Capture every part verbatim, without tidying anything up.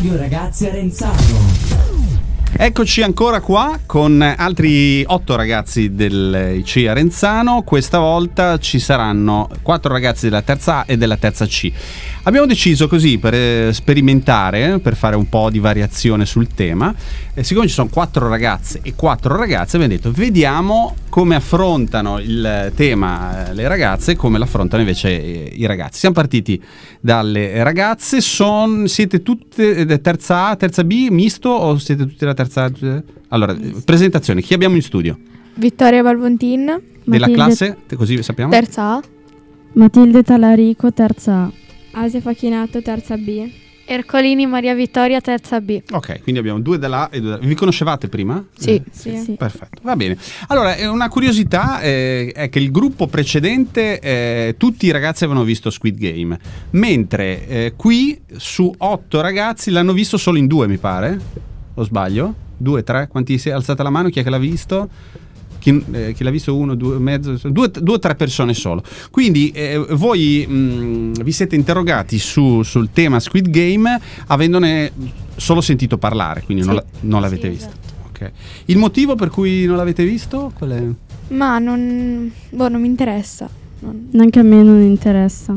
Radio Ragazzi Arenzano. Eccoci ancora qua con altri otto ragazzi del I C Arenzano. Questa volta ci saranno quattro ragazzi della terza A e della terza C. Abbiamo deciso così per sperimentare, per fare un po' di variazione sul tema. E siccome ci sono quattro ragazze e quattro ragazze, abbiamo detto vediamo come affrontano il tema le ragazze e come l'affrontano invece i ragazzi. Siamo partiti dalle ragazze. Son, siete tutte terza A, terza B, misto o siete tutte la terza A? Allora, presentazione. Chi abbiamo in studio? Vittoria Balbontin. Della Matilde, classe, così sappiamo? terza A. Matilde Talarico, terza A. Asia Facchinato, terza B. Ercolini Maria Vittoria, terza B. Ok, quindi abbiamo due della A e due della... Vi conoscevate prima? Sì. Eh. Sì. Sì. Perfetto, va bene. Allora, una curiosità eh, è che il gruppo precedente eh, tutti i ragazzi avevano visto Squid Game, mentre eh, qui su otto ragazzi l'hanno visto solo in due, mi pare. O sbaglio? Due, tre? Quanti si è alzata la mano? Chi è che l'ha visto? Chi, eh, chi l'ha visto? Uno, due, mezzo, due, due o tre persone solo. Quindi eh, voi mh, vi siete interrogati su, sul tema Squid Game avendone solo sentito parlare, quindi Sì. non, la, non l'avete Sì, visto. esatto. Okay. Il motivo per cui non l'avete visto? Qual è? Ma non, boh, non mi interessa. Non... Anche a me non interessa.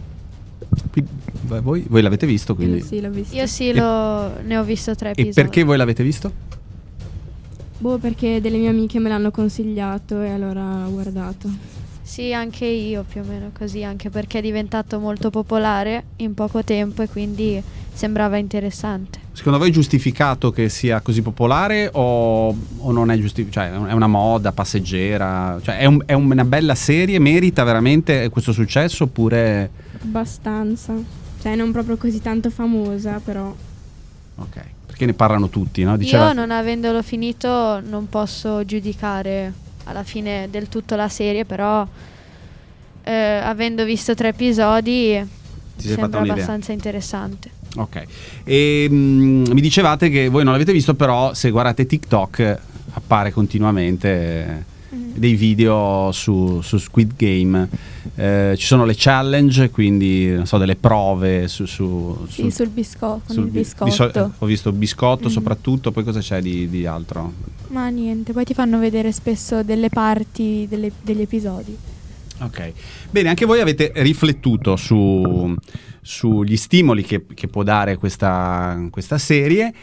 Qui- beh, voi, voi l'avete visto, quindi. Sì, l'ho visto. Io sì, lo, ne ho visto tre E episodi. perché voi l'avete visto? Boh, perché delle mie amiche me l'hanno consigliato e allora ho guardato. Sì, anche io più o meno così, anche perché è diventato molto popolare in poco tempo e quindi sembrava interessante. Secondo voi è giustificato che sia così popolare o, o non è giustificato? Cioè, è una moda passeggera? Cioè, è, un- è una bella serie? Merita veramente questo successo oppure... Abbastanza. Cioè, non proprio così tanto famosa, però. Ok, perché ne parlano tutti, no? Diceva... Io non avendolo finito non posso giudicare alla fine del tutto la serie, però eh, avendo visto tre episodi Ti sei fatta sembra un'idea. abbastanza interessante. Ok, e mm, mi dicevate che voi non l'avete visto, però se guardate TikTok appare continuamente Mm. dei video su, su Squid Game. Eh, ci sono le challenge, quindi non so, delle prove su, su, Sì, sul- sul biscotto. Con sul il bi- biscotto. biso- ho visto biscotto Mm. soprattutto, poi cosa c'è di, di altro? Ma niente, poi ti fanno vedere spesso delle parti delle- degli episodi. Ok, bene, anche voi avete riflettuto su, sugli stimoli che, che può dare questa, questa serie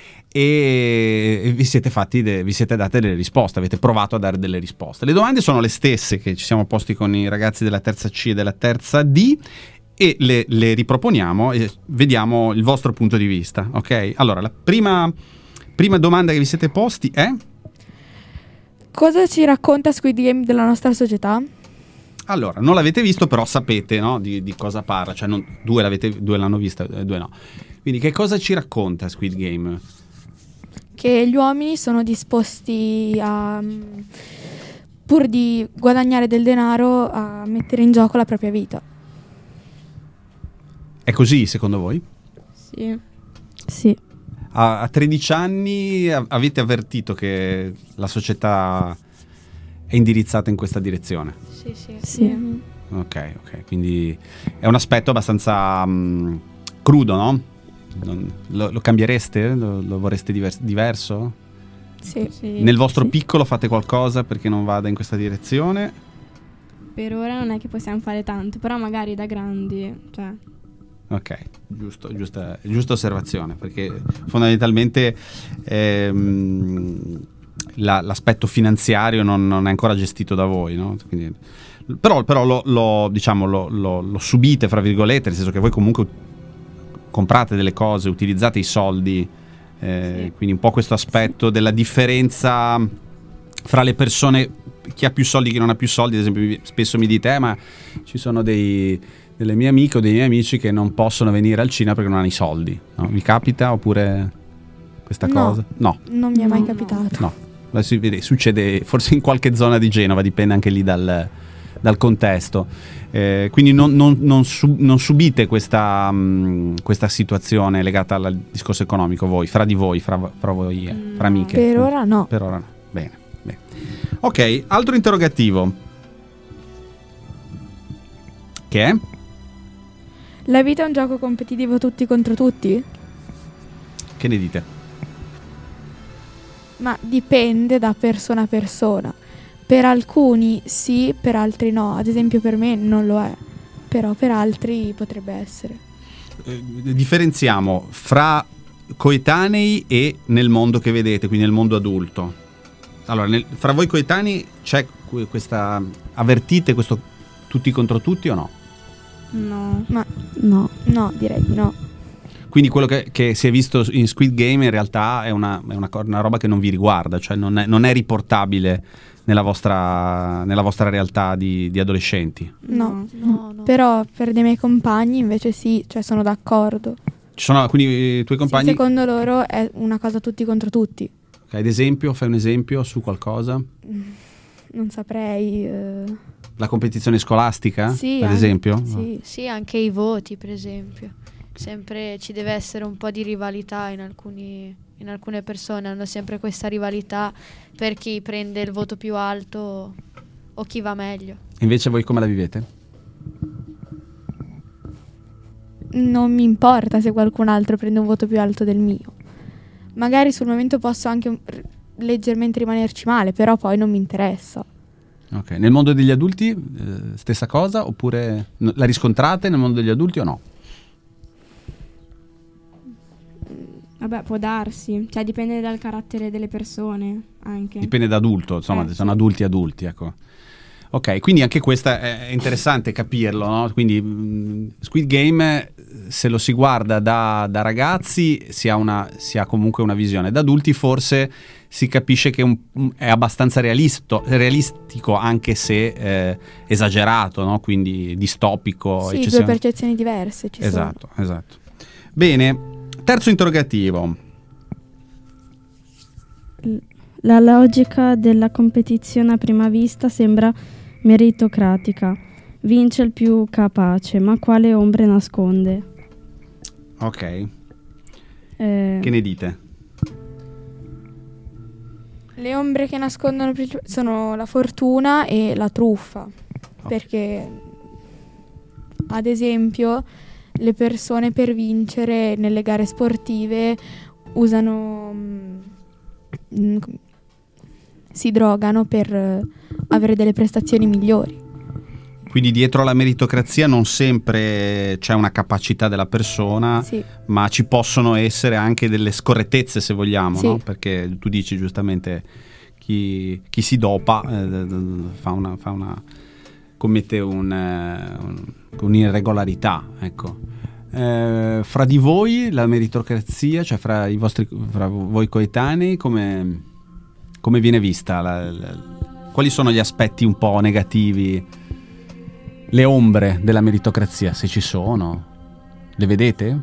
e vi siete fatti de- vi siete date delle risposte, avete provato a dare delle risposte. Le domande sono le stesse che ci siamo posti con i ragazzi della terza C e della terza D e le, le riproponiamo e vediamo il vostro punto di vista, ok? Allora, la prima, prima domanda che vi siete posti è... Cosa ci racconta Squid Game della nostra società? Allora, non l'avete visto, però sapete, no, di, di cosa parla. Cioè, non- due, l'avete, due l'hanno vista, eh, due no. Quindi, che cosa ci racconta Squid Game? Che gli uomini sono disposti a, mm, pur di guadagnare del denaro, a mettere in gioco la propria vita. È così, secondo voi? Sì. Sì. A, a tredici anni a- avete avvertito che la società è indirizzata in questa direzione? Sì, sì. Sì. Ok, ok. Quindi è un aspetto abbastanza mm, crudo, no? Non- lo, lo cambiereste? Lo, lo vorreste divers- diverso? Sì. Nel vostro Sì. piccolo fate qualcosa perché non vada in questa direzione? Per ora non è che possiamo fare tanto, però magari da grandi, cioè. Ok, giusto, giusta, giusta osservazione, perché fondamentalmente ehm, la- l'aspetto finanziario non, non è ancora gestito da voi, no? Quindi, però però lo, lo, diciamo, lo, lo- lo subite, fra virgolette, nel senso che voi comunque comprate delle cose, utilizzate i soldi, eh, Sì. quindi un po' questo aspetto della differenza fra le persone, chi ha più soldi e chi non ha più soldi. Ad esempio, mi- spesso mi dite, eh, ma ci sono dei, delle mie amiche o dei miei amici che non possono venire al cinema perché non hanno i soldi, no? Vi capita oppure questa No. cosa? No, Non mi è mai No, capitato. no. Ma si vede, succede forse in qualche zona di Genova, dipende anche lì dal, dal contesto. Eh, quindi non, non- non su- non subite questa, mh, questa situazione legata al discorso economico voi, fra di voi, fra, fra voi, eh, fra No. amiche? Per ora no. Per ora no. Bene, bene. Ok, altro interrogativo. Che è? La vita è un gioco competitivo tutti contro tutti? Che ne dite? Ma dipende da persona a persona. Per alcuni sì, per altri no. Ad esempio per me non lo è, però per altri potrebbe essere. Eh, differenziamo fra coetanei e nel mondo che vedete, quindi nel mondo adulto. Allora, nel, fra voi coetanei c'è questa, avvertite questo tutti contro tutti o no? No. Ma No. no, direi di no. Quindi quello che, che si è visto in Squid Game in realtà è una, è una, una roba che non vi riguarda, cioè non è, non è riportabile nella vostra, nella vostra realtà di, di adolescenti. No. No, no. Però per dei miei compagni invece sì, cioè sono d'accordo. Ci sono quindi i tuoi compagni? Sì, secondo loro è una cosa tutti contro tutti. Ok, ad esempio, fai un esempio su qualcosa? Non saprei. eh. La competizione scolastica, Sì, ad anche- esempio? Sì. Sì, anche i voti, per esempio. Sempre ci deve essere un po' di rivalità in alcuni, in alcune persone hanno sempre questa rivalità per chi prende il voto più alto o chi va meglio. Invece voi come la vivete? Non mi importa se qualcun altro prende un voto più alto del mio. Magari sul momento posso anche un- r- leggermente rimanerci male, però poi non mi interessa. Ok, nel mondo degli adulti eh, stessa cosa oppure n- la riscontrate nel mondo degli adulti o no? Vabbè, può darsi. Cioè, dipende dal carattere delle persone anche. Dipende da adulto, insomma, Eh, se sono sì. adulti adulti, ecco. Ok, quindi anche questa è è interessante capirlo, no? Quindi mh, Squid Game, eh, se lo si guarda da, da ragazzi, si ha, una, si ha comunque una visione. Da adulti forse si capisce che un- un- è abbastanza realisto, realistico, anche se eh, esagerato, no? Quindi distopico. Sì, due eccessivamente- percezioni diverse ci Esatto, esatto. Bene, terzo interrogativo. La logica della competizione a prima vista sembra meritocratica. Vince il più capace, ma quale ombre nasconde? Ok, Eh, che ne dite? sono. Le ombre che nascondono princip- sono la fortuna e la truffa. Perché, ad esempio, le persone per vincere nelle gare sportive usano... mm, mm, si drogano per eh, avere delle prestazioni migliori. Quindi dietro alla meritocrazia non sempre c'è una capacità della persona, Sì. ma ci possono essere anche delle scorrettezze, se vogliamo, Sì. no? Perché tu dici giustamente chi, chi si dopa eh, fa una, fa una commette un, eh, un- un'irregolarità, ecco. Eh, fra di voi la meritocrazia, cioè fra i vostri, fra voi coetanei, come, come viene vista? La- la- quali sono gli aspetti un po' negativi? Le ombre della meritocrazia, se ci sono, le vedete?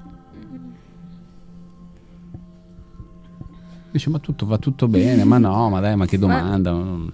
Dice, ma tutto va tutto bene, ma no, ma dai, ma che domanda.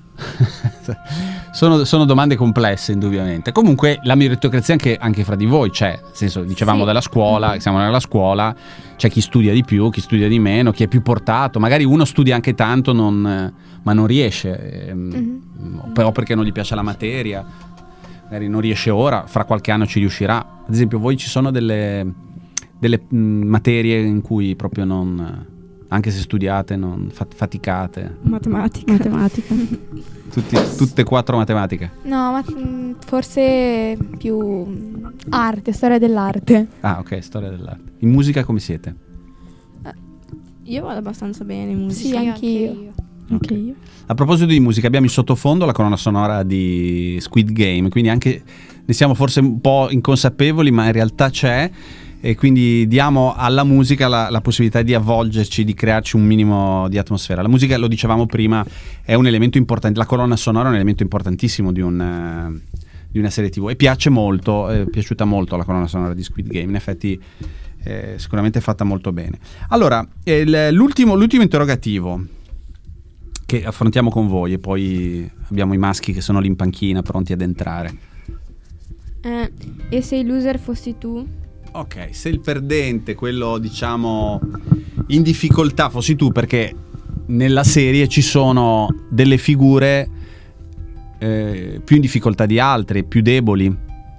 sono, sono domande complesse, indubbiamente. Comunque la meritocrazia anche, anche fra di voi c'è, nel senso, dicevamo Sì. della scuola, siamo nella scuola, c'è chi studia di più, chi studia di meno, chi è più portato, magari uno studia anche tanto, non, ma non riesce, ehm, Mhm. però perché non gli piace la materia. Magari non riesce ora, fra qualche anno ci riuscirà. Ad esempio, voi ci sono delle, delle mh, materie in cui proprio non, anche se studiate, non fat- faticate. Matematica. matematica. Tutti, tutte e quattro matematiche. No, ma mm, forse più mm, arte, storia dell'arte. Ah, ok, storia dell'arte. In musica come siete? Io vado abbastanza bene in musica. Sì, anch'io. Anche io. A proposito di musica, abbiamo in sottofondo la colonna sonora di Squid Game, quindi anche ne siamo forse un po' inconsapevoli, ma in realtà c'è, e quindi diamo alla musica la, la possibilità di avvolgerci, di crearci un minimo di atmosfera. La musica, lo dicevamo prima, è un elemento importante, la colonna sonora è un elemento importantissimo di, un, eh, di una serie tivù, e piace molto, è piaciuta molto la colonna sonora di Squid Game, in effetti eh, sicuramente è fatta molto bene. Allora, il- l'ultimo, l'ultimo interrogativo che affrontiamo con voi, e poi abbiamo i maschi che sono lì in panchina pronti ad entrare. Eh, e se il loser fossi tu? Ok, se il perdente, quello diciamo in difficoltà, fossi tu, perché nella serie ci sono delle figure eh, più in difficoltà di altre, più deboli.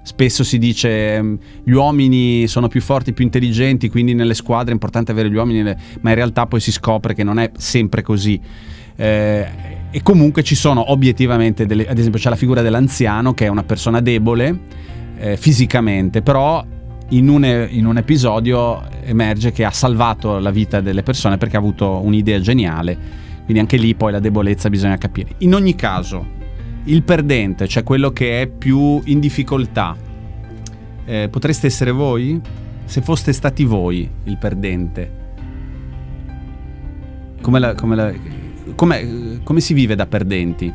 spesso si dice mh, gli uomini sono più forti, più intelligenti, quindi nelle squadre è importante avere gli uomini, ma in realtà poi si scopre che non è sempre così. Eh, e comunque ci sono obiettivamente delle, ad esempio c'è la figura dell'anziano che è una persona debole eh, fisicamente, però in un, in un episodio emerge che ha salvato la vita delle persone perché ha avuto un'idea geniale, quindi anche lì poi la debolezza bisogna capire. In ogni caso il perdente, cioè quello che è più in difficoltà, eh, potreste essere voi? Se foste stati voi il perdente, come la, come la Come, come si vive da perdenti?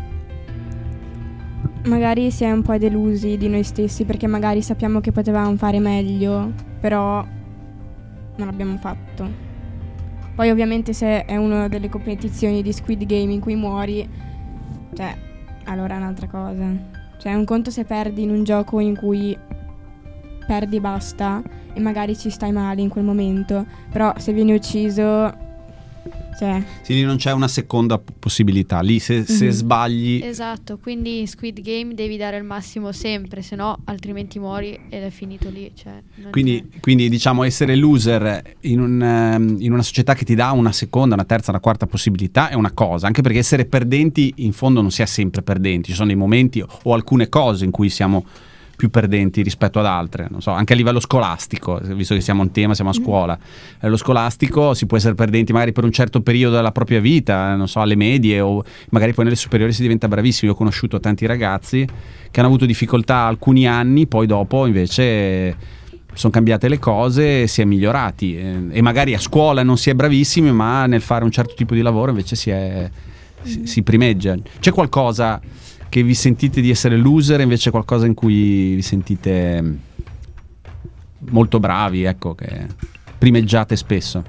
Magari si è un po' delusi di noi stessi perché magari sappiamo che potevamo fare meglio, però non l'abbiamo fatto. Poi ovviamente se è una delle competizioni di Squid Game in cui muori, cioè, allora è un'altra cosa. Cioè, è un conto se perdi in un gioco in cui perdi e basta e magari ci stai male in quel momento, però se vieni ucciso... Cioè. Sì, lì non c'è una seconda p- possibilità, lì se, mm-hmm. se sbagli... Esatto, quindi in Squid Game devi dare il massimo sempre, se no altrimenti muori ed è finito lì. Cioè, quindi, quindi diciamo essere loser in, un, in una società che ti dà una seconda, una terza, una quarta possibilità è una cosa, anche perché essere perdenti in fondo non si è sempre perdenti, ci sono dei momenti o alcune cose in cui siamo più perdenti rispetto ad altre, non so, anche a livello scolastico, visto che siamo un tema, siamo a scuola, eh, lo scolastico si può essere perdenti magari per un certo periodo della propria vita, non so, alle medie o magari poi nelle superiori si diventa bravissimi. Io ho conosciuto tanti ragazzi che hanno avuto difficoltà alcuni anni, poi dopo invece sono cambiate le cose, si è migliorati eh, e magari a scuola non si è bravissimi, ma nel fare un certo tipo di lavoro invece si è si, si primeggia. C'è qualcosa che vi sentite di essere loser, invece qualcosa in cui vi sentite molto bravi, ecco, che primeggiate spesso?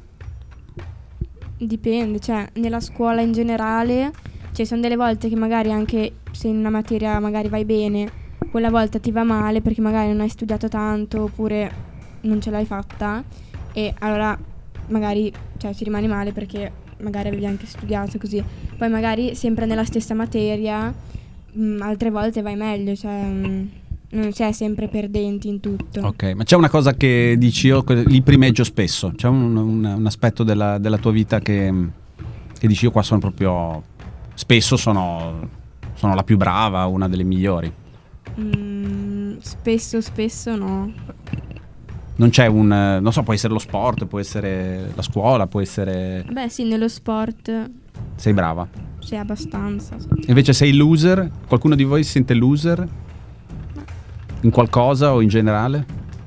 Dipende, cioè nella scuola in generale ci sono delle volte che magari anche se in una materia magari vai bene, quella volta ti va male perché magari non hai studiato tanto oppure non ce l'hai fatta e allora magari cioè, ci rimani male perché magari avevi anche studiato così. Poi magari sempre nella stessa materia mh, altre volte vai meglio, cioè mh, non si è sempre perdenti in tutto. Ok, ma c'è una cosa che dici io, li primeggio spesso, c'è un, un, un aspetto della, della tua vita che, che dici io qua sono proprio, spesso sono, sono la più brava, una delle migliori? Mm, spesso, spesso no. Non c'è un, non so, può essere lo sport, può essere la scuola, può essere... Beh sì, nello sport sei brava? sì, abbastanza sì. Invece sei loser? Qualcuno di voi si sente loser? In qualcosa o in generale?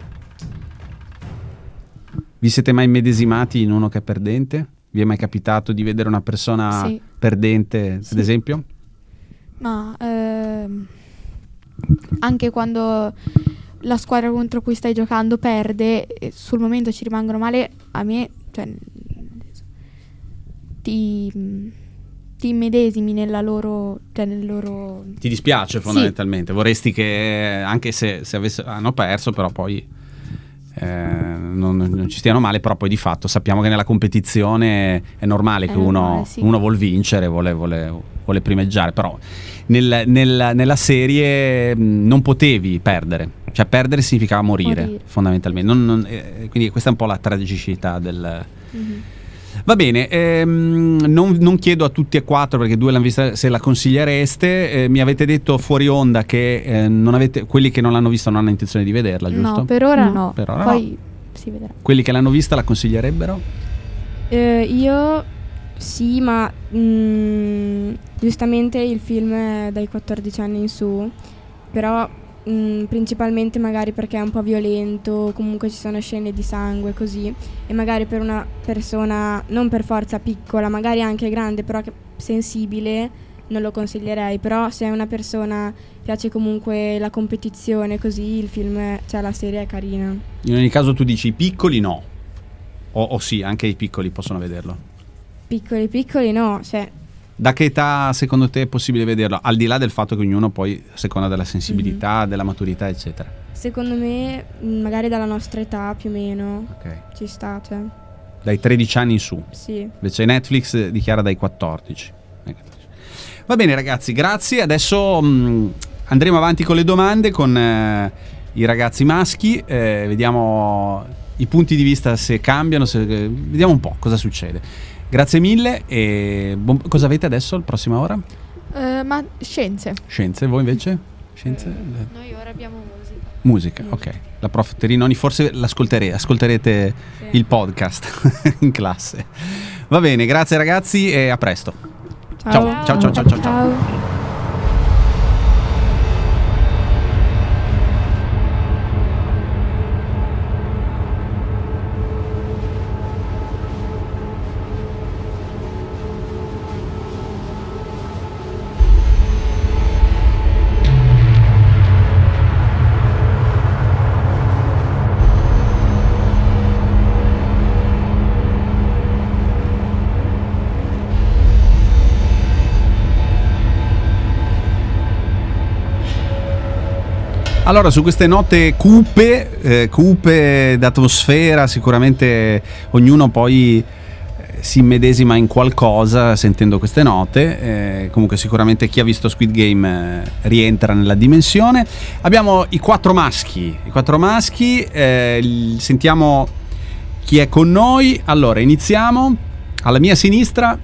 Vi siete mai medesimati in uno che è perdente? Vi è mai capitato di vedere una persona Sì. perdente, Sì. ad esempio? Ma ehm, anche quando la squadra contro cui stai giocando perde e sul momento ci rimangono male, a me cioè, ti, ti immedesimi nella loro, cioè nel loro... Ti dispiace fondamentalmente, sì. Vorresti che anche se, se avesse, hanno perso però poi eh, non, non ci stiano male, però poi di fatto sappiamo che nella competizione è normale È che uno, normale, sì. uno vuol vincere, vuole, vuole, vuole primeggiare, però nel, nel, nella serie mh, non potevi perdere, cioè perdere significava morire, Morire. fondamentalmente, non, non, eh, quindi questa è un po' la tragicità del... Mhm. Va bene, ehm, non, non chiedo a tutti e quattro perché due l'hanno vista se la consigliereste, eh, mi avete detto fuori onda che eh, non avete, quelli che non l'hanno vista non hanno intenzione di vederla, giusto? No, per ora No. no, Per ora poi si vedrà. Quelli che l'hanno vista la consiglierebbero? Eh, io sì, ma mh, giustamente il film è dai quattordici anni in su, però mh, principalmente magari perché è un po' violento, comunque ci sono scene di sangue così, e magari per una persona non per forza piccola, magari anche grande, però che sensibile, non lo consiglierei. Però se è una persona piace comunque la competizione così, il film, è, cioè la serie è carina. In ogni caso tu dici i piccoli no, o, o sì, anche i piccoli possono vederlo. Piccoli piccoli no, cioè Da che età secondo te è possibile vederlo? Al di là del fatto che ognuno poi, a seconda della sensibilità, Mm-hmm. della maturità, eccetera. secondo me mh, magari dalla nostra età più o meno Ok. ci sta, cioè Dai tredici anni in su. sì. Invece Netflix dichiara dai quattordici. Va bene ragazzi, grazie. Adesso mh, andremo avanti con le domande con eh, i ragazzi maschi, eh, vediamo i punti di vista se cambiano, se, eh, vediamo un po' cosa succede. Grazie mille e buon, cosa avete adesso, la prossima ora? Eh, ma scienze. Scienze, voi invece? Scienze? Noi ora abbiamo musica. Musica, ok. La prof Terinoni forse l'ascolterete, ascolterete Sì. il podcast in classe. Va bene, grazie ragazzi e a presto. Ciao, ciao, ciao, ciao, ciao. ciao. Allora, su queste note cupe, eh, cupe d'atmosfera, sicuramente ognuno poi eh, si immedesima in qualcosa sentendo queste note. Eh, comunque sicuramente chi ha visto Squid Game eh, rientra nella dimensione. Abbiamo i quattro maschi, i quattro maschi, eh, l- sentiamo chi è con noi. Allora, iniziamo. Alla mia sinistra,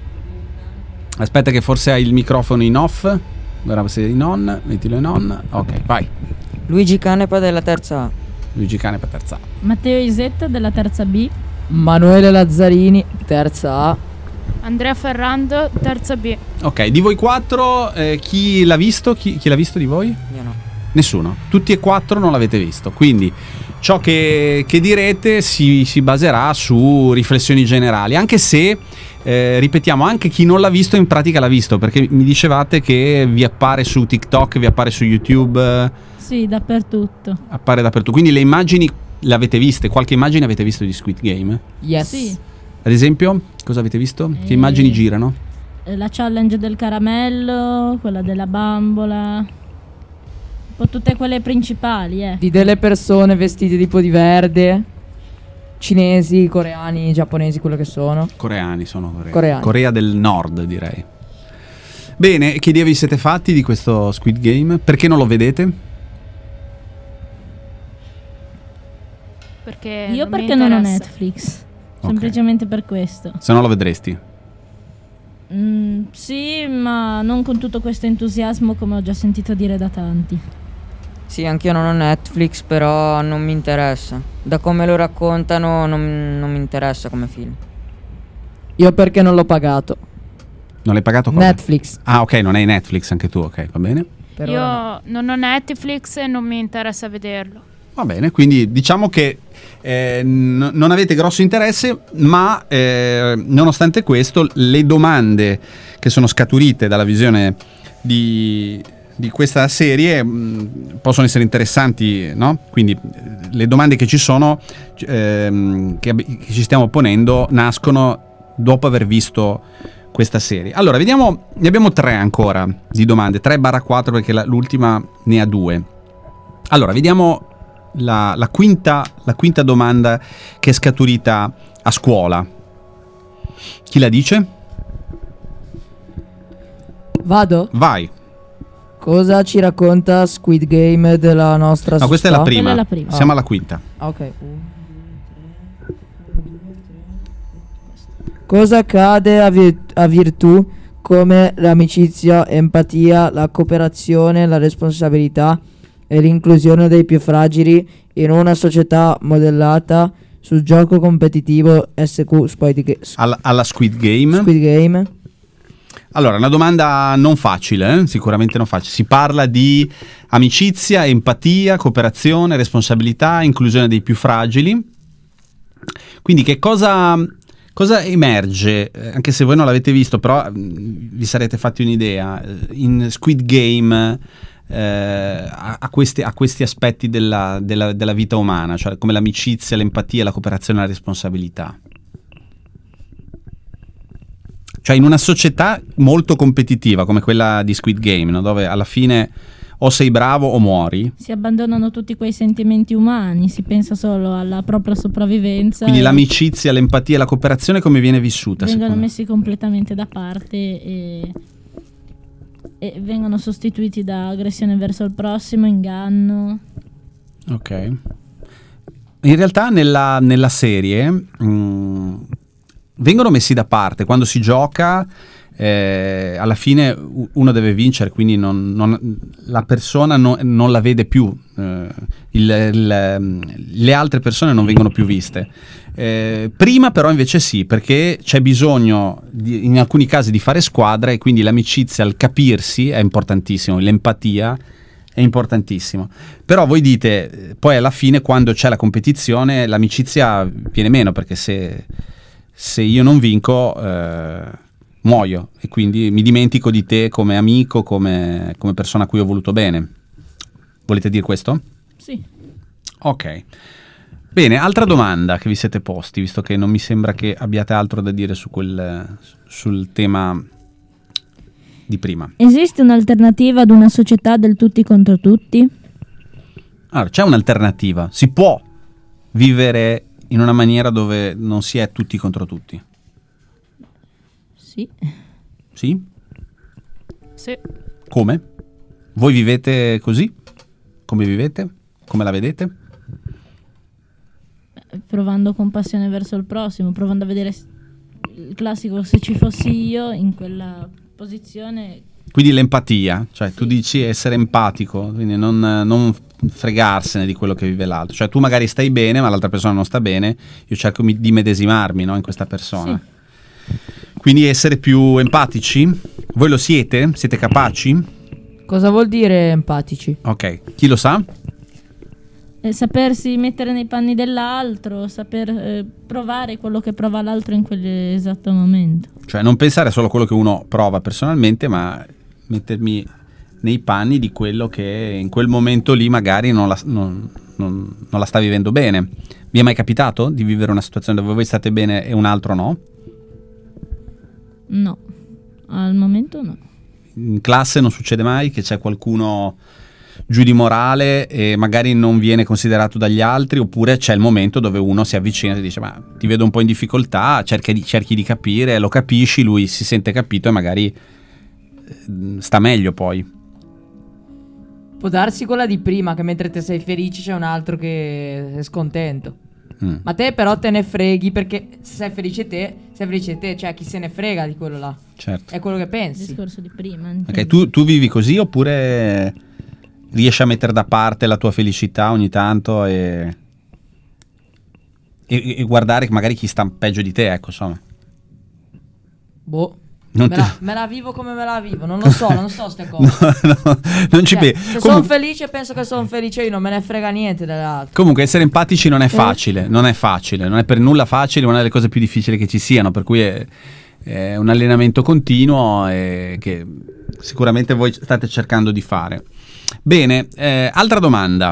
aspetta che forse hai il microfono in off. Allora, se in on, mettilo in on. Ok, vai. Luigi Canepa della terza A. Luigi Canepa terza A. Matteo Isetta della terza B. Manuele Lazzarini, terza A. Andrea Ferrando, terza B. Ok, di voi quattro, eh, chi l'ha visto? Chi, chi l'ha visto di voi? Io no. Nessuno. Tutti e quattro non l'avete visto. Quindi ciò che, che direte si, si baserà su riflessioni generali. Anche se, eh, ripetiamo, anche chi non l'ha visto in pratica l'ha visto. Perché mi dicevate che vi appare su TikTok, vi appare su YouTube. Eh, Sì, dappertutto. appare dappertutto. Quindi le immagini le avete viste? Qualche immagine avete visto di Squid Game? Yes. Sì. Ad esempio, cosa avete visto? Che Eh, immagini girano? eh, La challenge del caramello, quella della bambola. Un po' tutte quelle principali, eh. Di delle persone vestite tipo di verde. Cinesi, coreani, giapponesi, quello che sono. Coreani sono coreani. Coreani. Corea del Nord, direi. Bene, che idea vi siete fatti di questo Squid Game? Perché non lo vedete? Perché Io non mi perché non ho interessa. Netflix. Semplicemente per questo. Se no lo vedresti. Mm, sì, ma non con tutto questo entusiasmo come ho già sentito dire da tanti. Sì, anch'io non ho Netflix, però non mi interessa. Da come lo raccontano non, non mi interessa come film. Io perché non l'ho pagato. Non l'hai pagato cosa? Netflix. Ah, ok, non hai Netflix anche tu, ok, va bene. Per Io ora non ho Netflix e non mi interessa vederlo. Va bene, quindi diciamo che eh, n- non avete grosso interesse, ma eh, nonostante questo le domande che sono scaturite dalla visione di, di questa serie mh, possono essere interessanti, no? Quindi eh, le domande che ci sono, ehm, che, ab- che ci stiamo ponendo, nascono dopo aver visto questa serie. Allora, vediamo, ne abbiamo tre ancora di domande, tre barra quattro perché la, l'ultima ne ha due. Allora, vediamo la, la, quinta, la quinta domanda che è scaturita a scuola. Chi la dice? Vado? Vai. Cosa ci racconta Squid Game della nostra No, società? questa è la prima. Quella è la prima. Siamo alla quinta. Ah, ok. Cosa accade a, vir- a virtù come l'amicizia, empatia, la cooperazione, la responsabilità e l'inclusione dei più fragili in una società modellata sul gioco competitivo S Q Squid, Ga- Alla, alla Squid Game. Squid Game? Allora, una domanda non facile, eh? Sicuramente non facile. Si parla di amicizia, empatia, cooperazione, responsabilità, inclusione dei più fragili. Quindi che cosa, cosa emerge, eh, anche se voi non l'avete visto, però mh, vi sarete fatti un'idea, eh, in Squid Game eh, a, a, questi, a questi aspetti della, della, della vita umana, cioè come l'amicizia, l'empatia, la cooperazione e la responsabilità. Cioè in una società molto competitiva come quella di Squid Game, no? Dove alla fine o sei bravo o muori. Si abbandonano tutti quei sentimenti umani, si pensa solo alla propria sopravvivenza. Quindi e l'amicizia, l'empatia e la cooperazione come viene vissuta? vengono secondo messi completamente da parte e e vengono sostituiti da aggressione verso il prossimo, inganno. Ok. In realtà nella, nella serie mh, vengono messi da parte quando si gioca. Eh, alla fine uno deve vincere, quindi non, non, la persona no, non la vede più, eh, il, il, le altre persone non vengono più viste. Eh, prima però invece sì, perché c'è bisogno di, in alcuni casi di fare squadra, e quindi l'amicizia, il capirsi è importantissimo, l'empatia è importantissimo. Però voi dite, poi alla fine quando c'è la competizione l'amicizia viene meno, perché se, se io non vinco eh, muoio, e quindi mi dimentico di te come amico, come, come persona a cui ho voluto bene. Volete dire questo? Sì. Ok. Bene, altra domanda che vi siete posti, visto che non mi sembra che abbiate altro da dire su quel, sul tema di prima. Esiste un'alternativa ad una società del tutti contro tutti? Allora, c'è un'alternativa. Si può vivere in una maniera dove non si è tutti contro tutti. Sì. Sì? Sì. Come? Voi vivete così? Come vivete? Come la vedete? Provando compassione verso il prossimo, provando a vedere il classico, se ci fossi io in quella posizione. Quindi l'empatia, cioè sì. Tu dici essere empatico, quindi non, non fregarsene di quello che vive l'altro. Cioè tu magari stai bene, ma l'altra persona non sta bene, io cerco di medesimarmi, no, in questa persona. Sì. Quindi essere più empatici? Voi lo siete? Siete capaci? Cosa vuol dire empatici? Ok, chi lo sa? Eh, sapersi mettere nei panni dell'altro, saper eh, provare quello che prova l'altro in quell'esatto momento. Cioè non pensare solo a quello che uno prova personalmente, ma mettermi nei panni di quello che in quel momento lì magari non la, non, non, non la sta vivendo bene. Vi è mai capitato di vivere una situazione dove voi state bene e un altro no? No, al momento no. In classe non succede mai che c'è qualcuno giù di morale e magari non viene considerato dagli altri, oppure c'è il momento dove uno si avvicina e dice ma ti vedo un po' in difficoltà, cerchi di, cerchi di capire, lo capisci, lui si sente capito e magari sta meglio poi. Può darsi quella di prima, che mentre te sei felice c'è un altro che è scontento. Mm. Ma te però te ne freghi, perché se sei felice te, sei felice te, cioè chi se ne frega di quello là. Certo. È quello che pensi. Il discorso di prima. Ok, tu, tu vivi così oppure riesci a mettere da parte la tua felicità ogni tanto e, e, e guardare magari chi sta peggio di te, ecco, insomma. Boh. Non me, te... la, me la vivo come me la vivo, non lo so, non so ste cose. no, no, non ci cioè, penso. Se Comun- sono felice penso che sono felice io, non me ne frega niente dell'altro. Comunque essere empatici non è facile, non è facile, non è per nulla facile, è una delle cose più difficili che ci siano, per cui è, è un allenamento continuo e che sicuramente voi state cercando di fare. Bene, eh, altra domanda.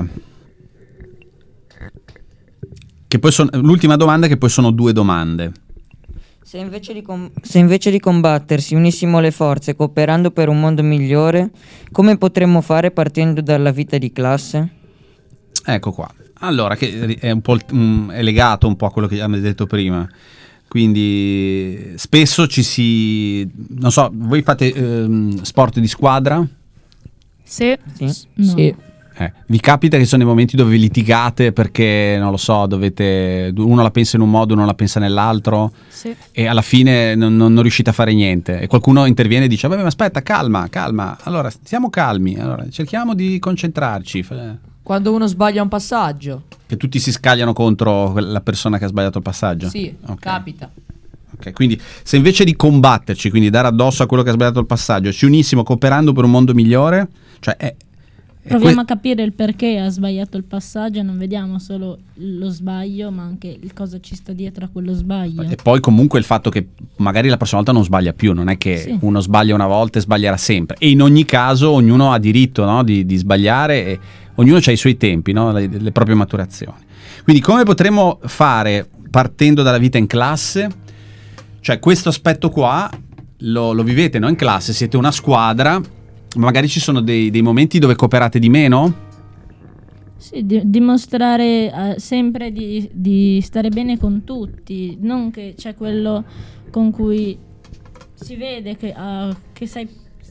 Che poi son, l'ultima domanda, che poi sono due domande. Se invece, di com- se invece di combattersi unissimo le forze cooperando per un mondo migliore, come potremmo fare partendo dalla vita di classe? Ecco qua. Allora, che è un po' um, è legato un po' a quello che abbiamo detto prima. Quindi spesso ci si... non so, voi fate ehm, sport di squadra? Sì. Sì. No. Sì. Eh, vi capita che sono i momenti dove litigate perché, non lo so, dovete, uno la pensa in un modo, uno la pensa nell'altro, Sì. e alla fine non, non, non riuscite a fare niente e qualcuno interviene e dice vabbè, ma aspetta, calma, calma, allora stiamo calmi, allora cerchiamo di concentrarci. Quando uno sbaglia un passaggio. Che tutti si scagliano contro la persona che ha sbagliato il passaggio? Sì, okay. Capita. Ok, quindi se invece di combatterci, quindi dare addosso a quello che ha sbagliato il passaggio, ci unissimo cooperando per un mondo migliore, cioè è Proviamo que- a capire il perché ha sbagliato il passaggio e non vediamo solo lo sbaglio, ma anche il cosa ci sta dietro a quello sbaglio. E poi comunque il fatto che magari la prossima volta non sbaglia più, non è che Sì. uno sbaglia una volta e sbaglierà sempre. E in ogni caso ognuno ha diritto, no, di, di sbagliare, e ognuno ha i suoi tempi, no, le, le proprie maturazioni. Quindi come potremmo fare partendo dalla vita in classe? Cioè questo aspetto qua lo, lo vivete, no, in classe, siete una squadra. Magari ci sono dei, dei momenti dove cooperate di meno? Sì, di- dimostrare eh, sempre di, di stare bene con tutti, non che c'è quello con cui si vede che, uh, che sei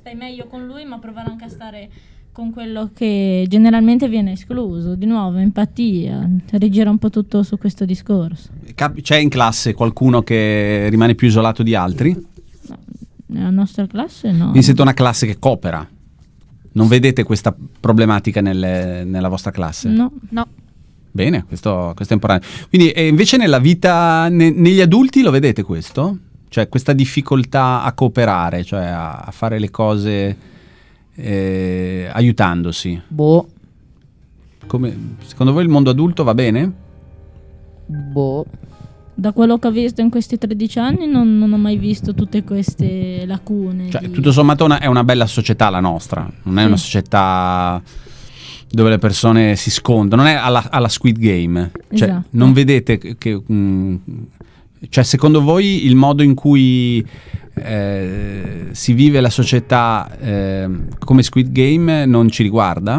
stai meglio con lui, ma provare anche a stare con quello che generalmente viene escluso. Di nuovo, empatia, rigira un po' tutto su questo discorso. Cap- c'è in classe qualcuno che rimane più isolato di altri? No, nella nostra classe no. Vi siete una classe che coopera? Non vedete questa problematica nelle- nella vostra classe? No. No. Bene, questo, questo è importante. Quindi e invece nella vita, ne- negli adulti lo vedete questo? Cioè questa difficoltà a cooperare, cioè a, a fare le cose eh, aiutandosi. Boh. Come, secondo voi il mondo adulto va bene? Boh. Da quello che ho visto in questi tredici anni non, non ho mai visto tutte queste lacune. Cioè, di- tutto sommato una- è una bella società la nostra, non è Sì. una società dove le persone si scontrano, non è alla, alla Squid Game. Cioè, Esatto. non vedete che... che, mm, cioè, secondo voi il modo in cui eh, si vive la società eh, come Squid Game non ci riguarda?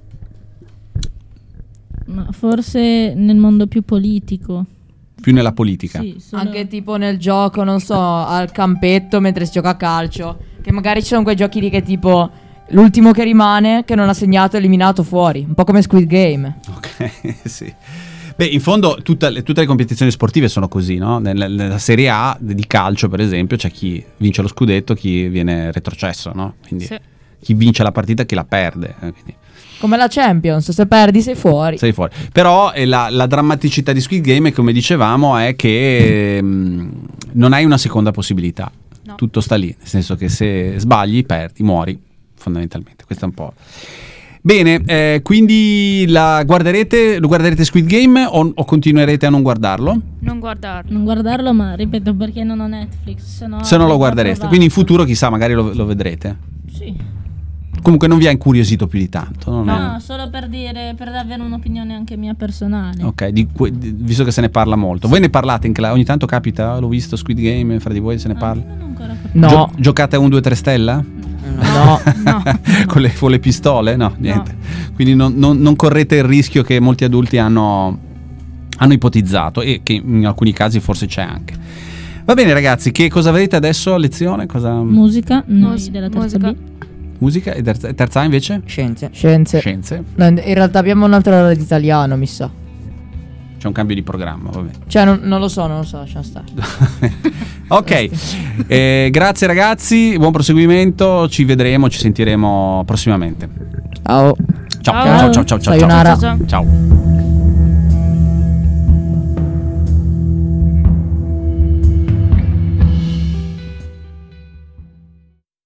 Ma forse nel mondo più politico. Più nella politica? Sì, solo- Anche tipo nel gioco, non so, al campetto mentre si gioca a calcio. Che magari ci sono quei giochi lì che tipo l'ultimo che rimane, che non ha segnato, è eliminato fuori. Un po' come Squid Game. Ok, sì. Beh, in fondo tutta le- tutte le competizioni sportive sono così, no? Nella, nella Serie A di calcio, per esempio, c'è chi vince lo scudetto, chi viene retrocesso, no? Quindi Sì. chi vince la partita e chi la perde. eh, quindi Come la Champions, se perdi sei fuori. sei fuori. Però eh, la, la drammaticità di Squid Game, come dicevamo, è che mh, non hai una seconda possibilità. No. Tutto sta lì, nel senso che se sbagli, perdi, muori, fondamentalmente. Questo è un po'... Bene, eh, quindi la guarderete, lo guarderete Squid Game o, o continuerete a non guardarlo? Non guardarlo. Non guardarlo, ma ripeto, perché non ho Netflix, se no... Se non lo avrei guardereste. provato. Quindi in futuro, chissà, magari lo, lo vedrete. Sì. Comunque non vi ha incuriosito più di tanto, non è- No, solo per dire, per avere un'opinione anche mia personale. Ok, di que- di- visto che se ne parla molto. Voi ne parlate in classe? Ogni tanto capita? L'ho visto Squid Game, fra di voi se ne Ah, parla? non ho ancora capito. No. Gio- giocate a un due tre stella? No. No. con, le, con le pistole? No, niente. Quindi non, non- non correte il rischio che molti adulti hanno, hanno ipotizzato e che in alcuni casi forse c'è anche. Va bene ragazzi, che cosa vedete adesso a lezione? Cosa... Musica, noi Mus- della terza musica. B. Musica e terza, terza A invece? Scienze. Scienze. Scienze. No, in realtà abbiamo un'altra ora di italiano, mi sa. C'è un cambio di programma, vabbè. Cioè, non, non lo so, non lo so, lasciamo stare. Ok, eh, grazie ragazzi, buon proseguimento, ci vedremo, ci sentiremo prossimamente. Ciao. Ciao, Ciao. ciao, ciao, ciao, ciao. Sayonara. Ciao, ciao. Ciao.